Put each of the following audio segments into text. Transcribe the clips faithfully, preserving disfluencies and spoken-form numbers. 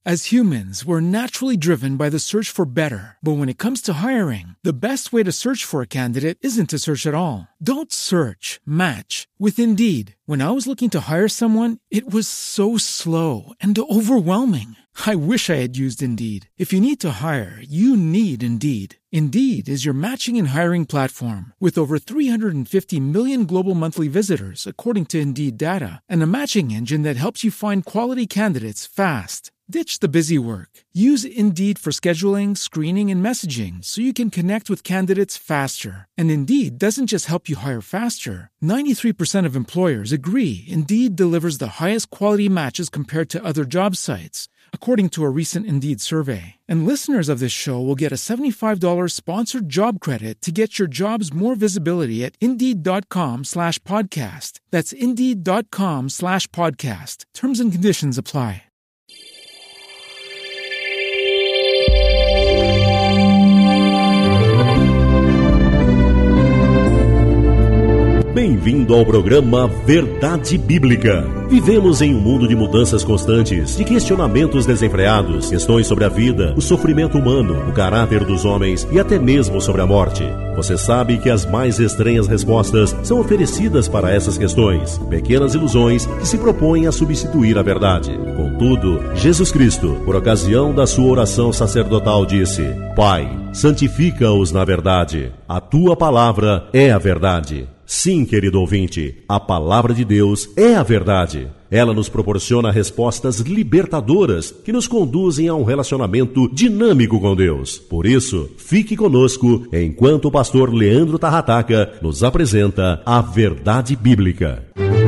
As humans, we're naturally driven by the search for better. But when it comes to hiring, the best way to search for a candidate isn't to search at all. Don't search, match with Indeed. When I was looking to hire someone, it was so slow and overwhelming. I wish I had used Indeed. If you need to hire, you need Indeed. Indeed is your matching and hiring platform with over three hundred fifty million global monthly visitors, according to Indeed data, and a matching engine that helps you find quality candidates fast. Ditch the busy work. Use Indeed for scheduling, screening, and messaging so you can connect with candidates faster. And Indeed doesn't just help you hire faster. ninety-three percent of employers agree Indeed delivers the highest quality matches compared to other job sites, according to a recent Indeed survey. And listeners of this show will get a seventy-five dollars sponsored job credit to get your jobs more visibility at Indeed.com slash podcast. That's Indeed.com slash podcast. Terms and conditions apply. Bem-vindo ao programa Verdade Bíblica. Vivemos em um mundo de mudanças constantes, de questionamentos desenfreados, questões sobre a vida, o sofrimento humano, o caráter dos homens e até mesmo sobre a morte. Você sabe que as mais estranhas respostas são oferecidas para essas questões, pequenas ilusões que se propõem a substituir a verdade. Contudo, Jesus Cristo, por ocasião da sua oração sacerdotal, disse: Pai, santifica-os na verdade. A tua palavra é a verdade. Sim, querido ouvinte, a palavra de Deus é a verdade. Ela nos proporciona respostas libertadoras que nos conduzem a um relacionamento dinâmico com Deus. Por isso, fique conosco enquanto o pastor Leandro Tarrataca nos apresenta a Verdade Bíblica.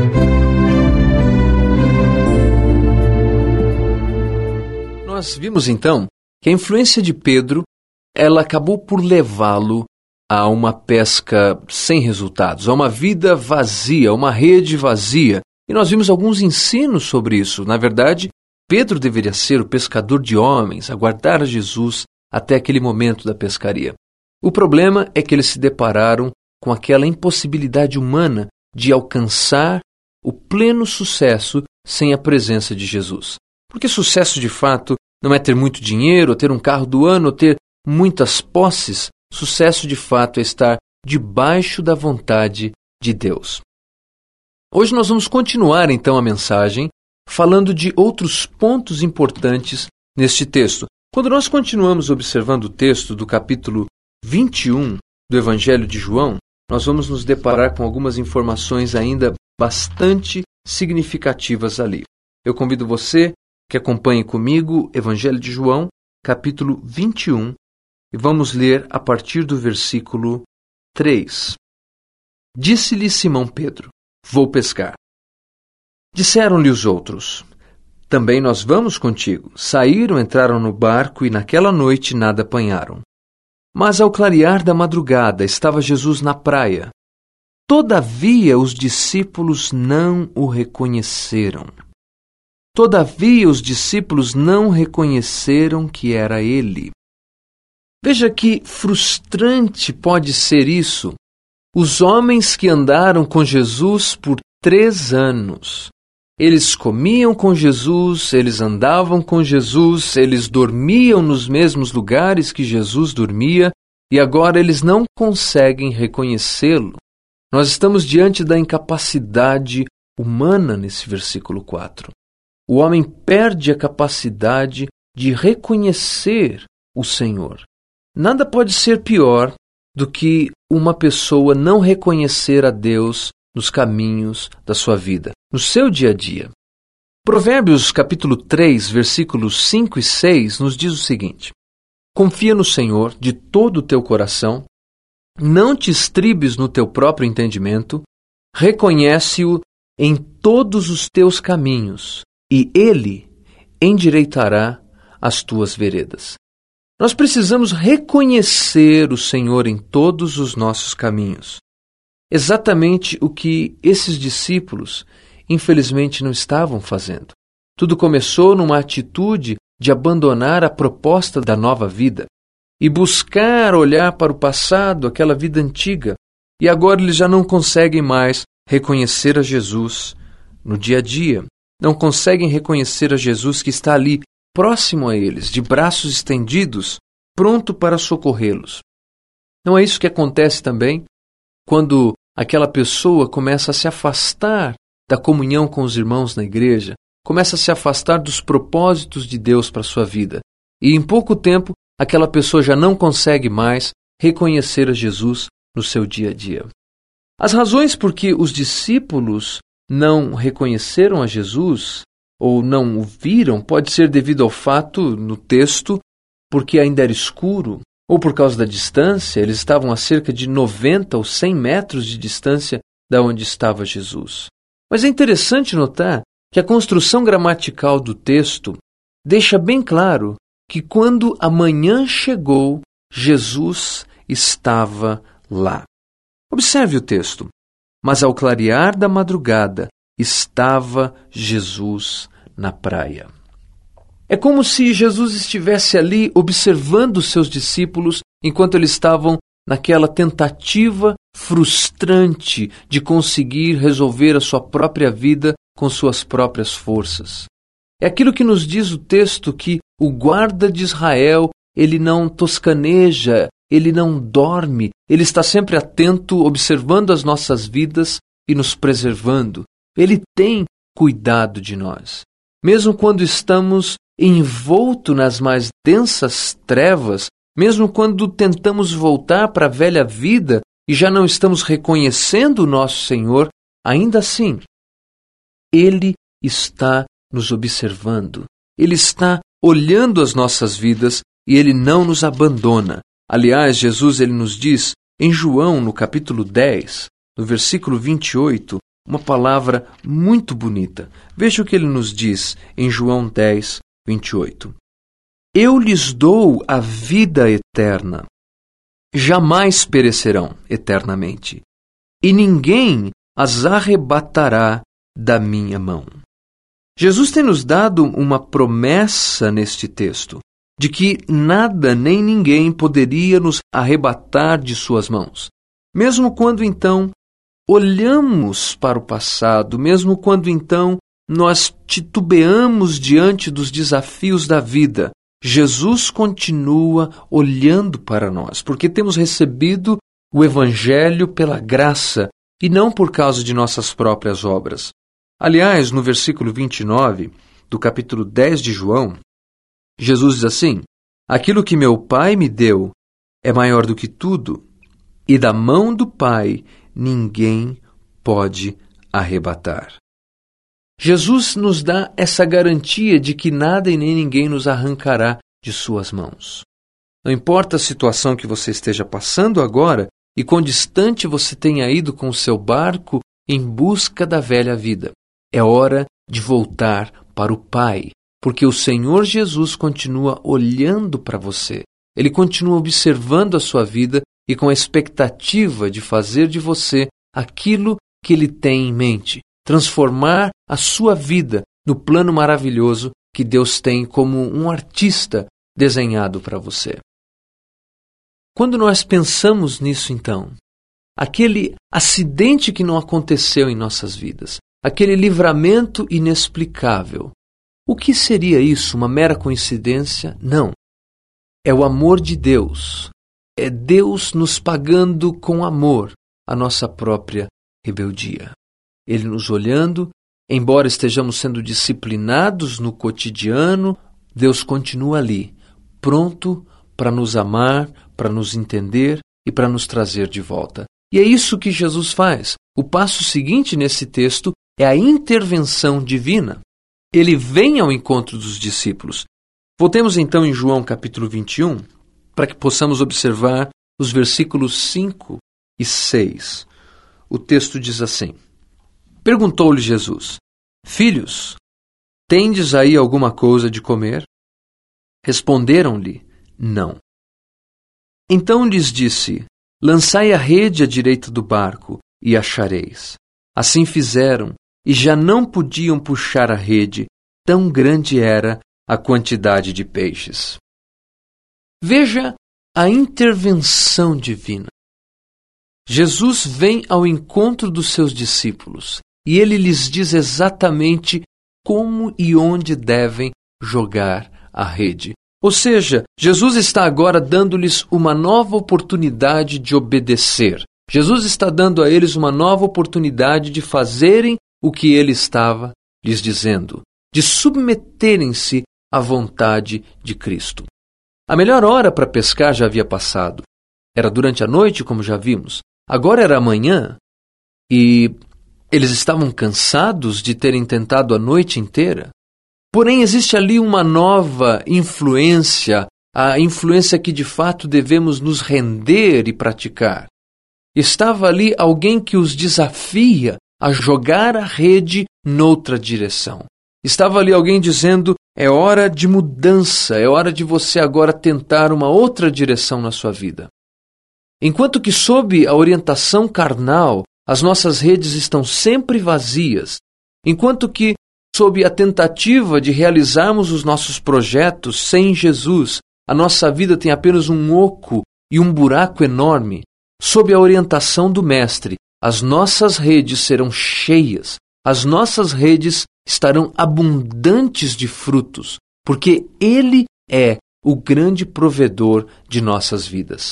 Nós vimos então que a influência de Pedro, ela acabou por levá-lo a uma pesca sem resultados, a uma vida vazia, uma rede vazia. E nós vimos alguns ensinos sobre isso. Na verdade, Pedro deveria ser o pescador de homens, aguardar a Jesus até aquele momento da pescaria. O problema é que eles se depararam com aquela impossibilidade humana de alcançar o pleno sucesso sem a presença de Jesus. Porque sucesso de fato não é ter muito dinheiro, ou ter um carro do ano, ou ter muitas posses. Sucesso de fato é estar debaixo da vontade de Deus. Hoje nós vamos continuar então a mensagem falando de outros pontos importantes neste texto. Quando nós continuamos observando o texto do capítulo vinte e um do Evangelho de João, nós vamos nos deparar com algumas informações ainda bastante significativas ali. Eu convido você que acompanhe comigo Evangelho de João, capítulo vinte e um, e vamos ler a partir do versículo três. Disse-lhe Simão Pedro: Vou pescar. Disseram-lhe os outros: Também nós vamos contigo. Saíram, entraram no barco e naquela noite nada apanharam. Mas ao clarear da madrugada estava Jesus na praia. Todavia os discípulos não o reconheceram. Todavia os discípulos não reconheceram que era ele. Veja que frustrante pode ser isso. Os homens que andaram com Jesus por três anos. Eles comiam com Jesus, eles andavam com Jesus, eles dormiam nos mesmos lugares que Jesus dormia, e agora eles não conseguem reconhecê-lo. Nós estamos diante da incapacidade humana nesse versículo quatro. O homem perde a capacidade de reconhecer o Senhor. Nada pode ser pior do que uma pessoa não reconhecer a Deus nos caminhos da sua vida, no seu dia a dia. Provérbios capítulo três, versículos cinco e seis nos diz o seguinte: Confia no Senhor de todo o teu coração, não te estribes no teu próprio entendimento, reconhece-o em todos os teus caminhos, e Ele endireitará as tuas veredas. Nós precisamos reconhecer o Senhor em todos os nossos caminhos. Exatamente o que esses discípulos, infelizmente, não estavam fazendo. Tudo começou numa atitude de abandonar a proposta da nova vida e buscar olhar para o passado, aquela vida antiga. E agora eles já não conseguem mais reconhecer a Jesus no dia a dia. Não conseguem reconhecer a Jesus que está ali próximo a eles, de braços estendidos, pronto para socorrê-los. Não é isso que acontece também quando aquela pessoa começa a se afastar da comunhão com os irmãos na igreja, começa a se afastar dos propósitos de Deus para a sua vida. E em pouco tempo, aquela pessoa já não consegue mais reconhecer a Jesus no seu dia a dia. As razões por que os discípulos não reconheceram a Jesus ou não o viram pode ser devido ao fato, no texto, porque ainda era escuro, ou por causa da distância. Eles estavam a cerca de noventa ou cem metros de distância da onde estava Jesus. Mas é interessante notar que a construção gramatical do texto deixa bem claro que quando a manhã chegou, Jesus estava lá. Observe o texto. Mas ao clarear da madrugada, estava Jesus na praia. É como se Jesus estivesse ali observando os seus discípulos enquanto eles estavam naquela tentativa frustrante de conseguir resolver a sua própria vida com suas próprias forças. É aquilo que nos diz o texto, que o guarda de Israel, ele não toscaneja, ele não dorme, ele está sempre atento, observando as nossas vidas e nos preservando. Ele tem cuidado de nós. Mesmo quando estamos envoltos nas mais densas trevas, mesmo quando tentamos voltar para a velha vida e já não estamos reconhecendo o nosso Senhor, ainda assim, Ele está nos observando. Ele está olhando as nossas vidas e Ele não nos abandona. Aliás, Jesus ele nos diz em João, no capítulo dez, no versículo vinte e oito, uma palavra muito bonita. Veja o que ele nos diz em João dez, vinte e oito. Eu lhes dou a vida eterna. Jamais perecerão eternamente, e ninguém as arrebatará da minha mão. Jesus tem nos dado uma promessa neste texto, de que nada nem ninguém poderia nos arrebatar de suas mãos. Mesmo quando então olhamos para o passado, mesmo quando então nós titubeamos diante dos desafios da vida, Jesus continua olhando para nós, porque temos recebido o Evangelho pela graça e não por causa de nossas próprias obras. Aliás, no versículo vinte e nove do capítulo dez de João, Jesus diz assim: aquilo que meu Pai me deu é maior do que tudo, e da mão do Pai ninguém pode arrebatar. Jesus nos dá essa garantia de que nada e nem ninguém nos arrancará de suas mãos. Não importa a situação que você esteja passando agora e quão distante você tenha ido com o seu barco em busca da velha vida, é hora de voltar para o Pai, porque o Senhor Jesus continua olhando para você. Ele continua observando a sua vida e com a expectativa de fazer de você aquilo que Ele tem em mente, transformar a sua vida no plano maravilhoso que Deus tem como um artista desenhado para você. Quando nós pensamos nisso, então, aquele acidente que não aconteceu em nossas vidas, aquele livramento inexplicável, o que seria isso? Uma mera coincidência? Não. É o amor de Deus. É Deus nos pagando com amor a nossa própria rebeldia. Ele nos olhando, embora estejamos sendo disciplinados no cotidiano, Deus continua ali, pronto para nos amar, para nos entender e para nos trazer de volta. E é isso que Jesus faz. O passo seguinte nesse texto é a intervenção divina. Ele vem ao encontro dos discípulos. Voltemos então em João capítulo vinte e um, para que possamos observar os versículos cinco e seis. O texto diz assim: perguntou-lhe Jesus: filhos, tendes aí alguma coisa de comer? Responderam-lhe: não. Então lhes disse: lançai a rede à direita do barco e achareis. Assim fizeram, e já não podiam puxar a rede, tão grande era a quantidade de peixes. Veja a intervenção divina. Jesus vem ao encontro dos seus discípulos e ele lhes diz exatamente como e onde devem jogar a rede. Ou seja, Jesus está agora dando-lhes uma nova oportunidade de obedecer. Jesus está dando a eles uma nova oportunidade de fazerem o que ele estava lhes dizendo, de submeterem-se à vontade de Cristo. A melhor hora para pescar já havia passado. Era durante a noite, como já vimos. Agora era amanhã e eles estavam cansados de terem tentado a noite inteira. Porém, existe ali uma nova influência, a influência que de fato devemos nos render e praticar. Estava ali alguém que os desafia a jogar a rede noutra direção. Estava ali alguém dizendo, é hora de mudança, é hora de você agora tentar uma outra direção na sua vida. Enquanto que sob a orientação carnal, as nossas redes estão sempre vazias, enquanto que sob a tentativa de realizarmos os nossos projetos sem Jesus, a nossa vida tem apenas um oco e um buraco enorme. Sob a orientação do Mestre, as nossas redes serão cheias, as nossas redes estarão abundantes de frutos, porque Ele é o grande provedor de nossas vidas.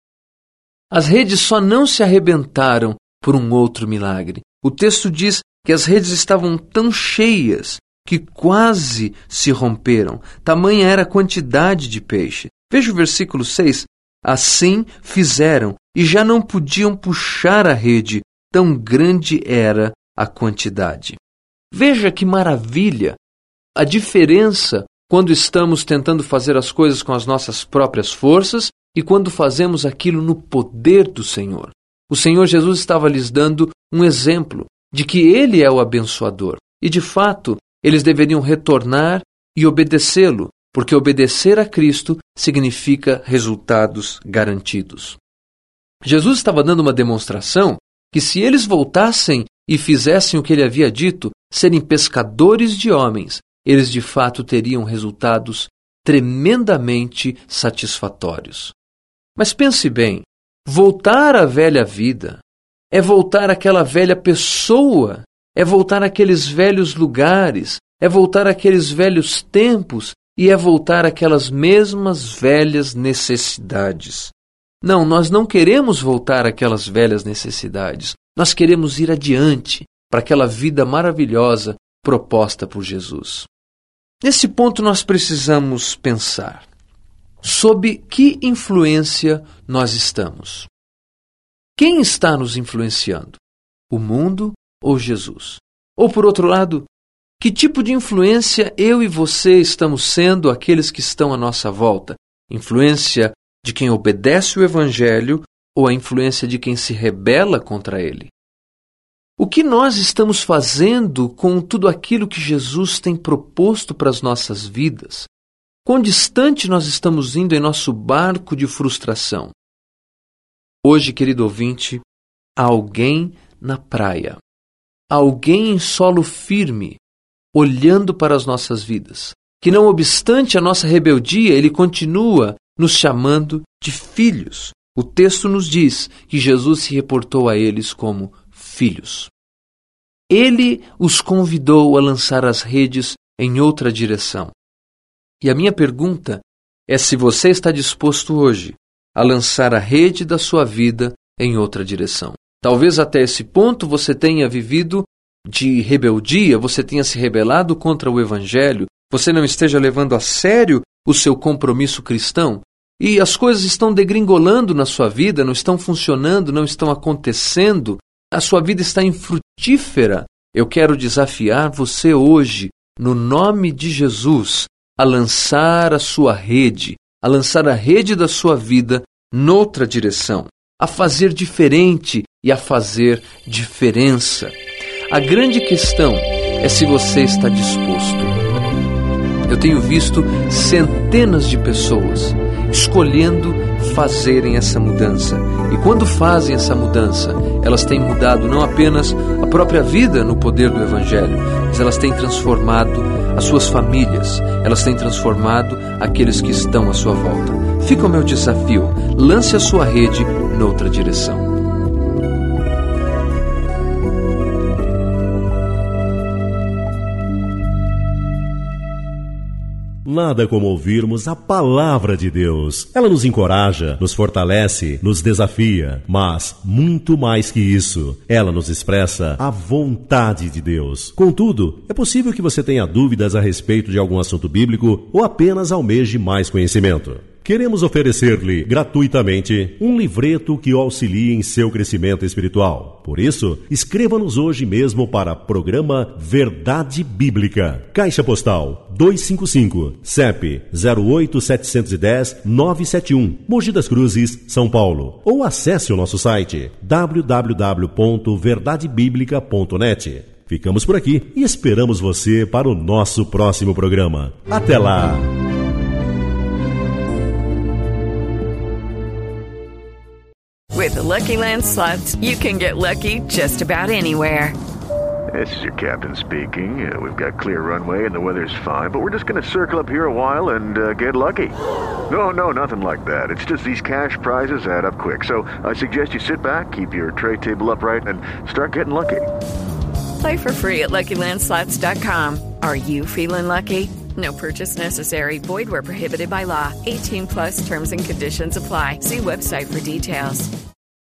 As redes só não se arrebentaram por um outro milagre. O texto diz que as redes estavam tão cheias que quase se romperam. Tamanha era a quantidade de peixe. Veja o versículo seis. Assim fizeram e já não podiam puxar a rede, tão grande era a quantidade. Veja que maravilha a diferença quando estamos tentando fazer as coisas com as nossas próprias forças e quando fazemos aquilo no poder do Senhor. O Senhor Jesus estava lhes dando um exemplo de que Ele é o abençoador. E, de fato, eles deveriam retornar e obedecê-lo, porque obedecer a Cristo significa resultados garantidos. Jesus estava dando uma demonstração que se eles voltassem e fizessem o que Ele havia dito, serem pescadores de homens, eles de fato teriam resultados tremendamente satisfatórios. Mas pense bem, voltar à velha vida é voltar àquela velha pessoa, é voltar àqueles velhos lugares, é voltar àqueles velhos tempos e é voltar àquelas mesmas velhas necessidades. Não, nós não queremos voltar àquelas velhas necessidades. Nós queremos ir adiante para aquela vida maravilhosa proposta por Jesus. Nesse ponto nós precisamos pensar. Sob que influência nós estamos? Quem está nos influenciando? O mundo ou Jesus? Ou, por outro lado, que tipo de influência eu e você estamos sendo aqueles que estão à nossa volta? Influência de quem obedece o Evangelho ou a influência de quem se rebela contra ele? O que nós estamos fazendo com tudo aquilo que Jesus tem proposto para as nossas vidas? Quão distante nós estamos indo em nosso barco de frustração? Hoje, querido ouvinte, há alguém na praia, há alguém em solo firme, olhando para as nossas vidas, que não obstante a nossa rebeldia, ele continua nos chamando de filhos. O texto nos diz que Jesus se reportou a eles como filhos. Ele os convidou a lançar as redes em outra direção. E a minha pergunta é se você está disposto hoje a lançar a rede da sua vida em outra direção. Talvez até esse ponto você tenha vivido de rebeldia, você tenha se rebelado contra o Evangelho, você não esteja levando a sério o seu compromisso cristão e as coisas estão degringolando na sua vida, não estão funcionando, não estão acontecendo, a sua vida está infrutífera. Eu quero desafiar você hoje, no nome de Jesus, a lançar a sua rede, a lançar a rede da sua vida noutra direção, a fazer diferente e a fazer diferença. A grande questão é se você está disposto. Eu tenho visto centenas de pessoas escolhendo fazerem essa mudança. E quando fazem essa mudança, elas têm mudado não apenas a própria vida no poder do Evangelho, mas elas têm transformado as suas famílias, elas têm transformado aqueles que estão à sua volta. Fica o meu desafio, lance a sua rede noutra direção. nada como ouvirmos a palavra de Deus. Ela nos encoraja, nos fortalece, nos desafia, mas, muito mais que isso, ela nos expressa a vontade de Deus. Contudo, é possível que você tenha dúvidas a respeito de algum assunto bíblico ou apenas almeje mais conhecimento. Queremos oferecer-lhe gratuitamente um livreto que o auxilie em seu crescimento espiritual. Por isso, escreva-nos hoje mesmo para Programa Verdade Bíblica. Caixa Postal dois cinco cinco, C E P zero oito sete um zero nove sete um, Mogi das Cruzes, São Paulo. Ou acesse o nosso site w w w ponto verdade bíblica ponto net. Ficamos por aqui e esperamos você para o nosso próximo programa. Até lá! With the Lucky Land Slots, you can get lucky just about anywhere. This is your captain speaking. Uh, we've got clear runway and the weather's fine, but we're just going to circle up here a while and uh, get lucky. No, no, nothing like that. It's just these cash prizes add up quick. So I suggest you sit back, keep your tray table upright, and start getting lucky. Play for free at Lucky Land Slots dot com. Are you feeling lucky? No purchase necessary. Void where prohibited by law. eighteen plus terms and conditions apply. See website for details.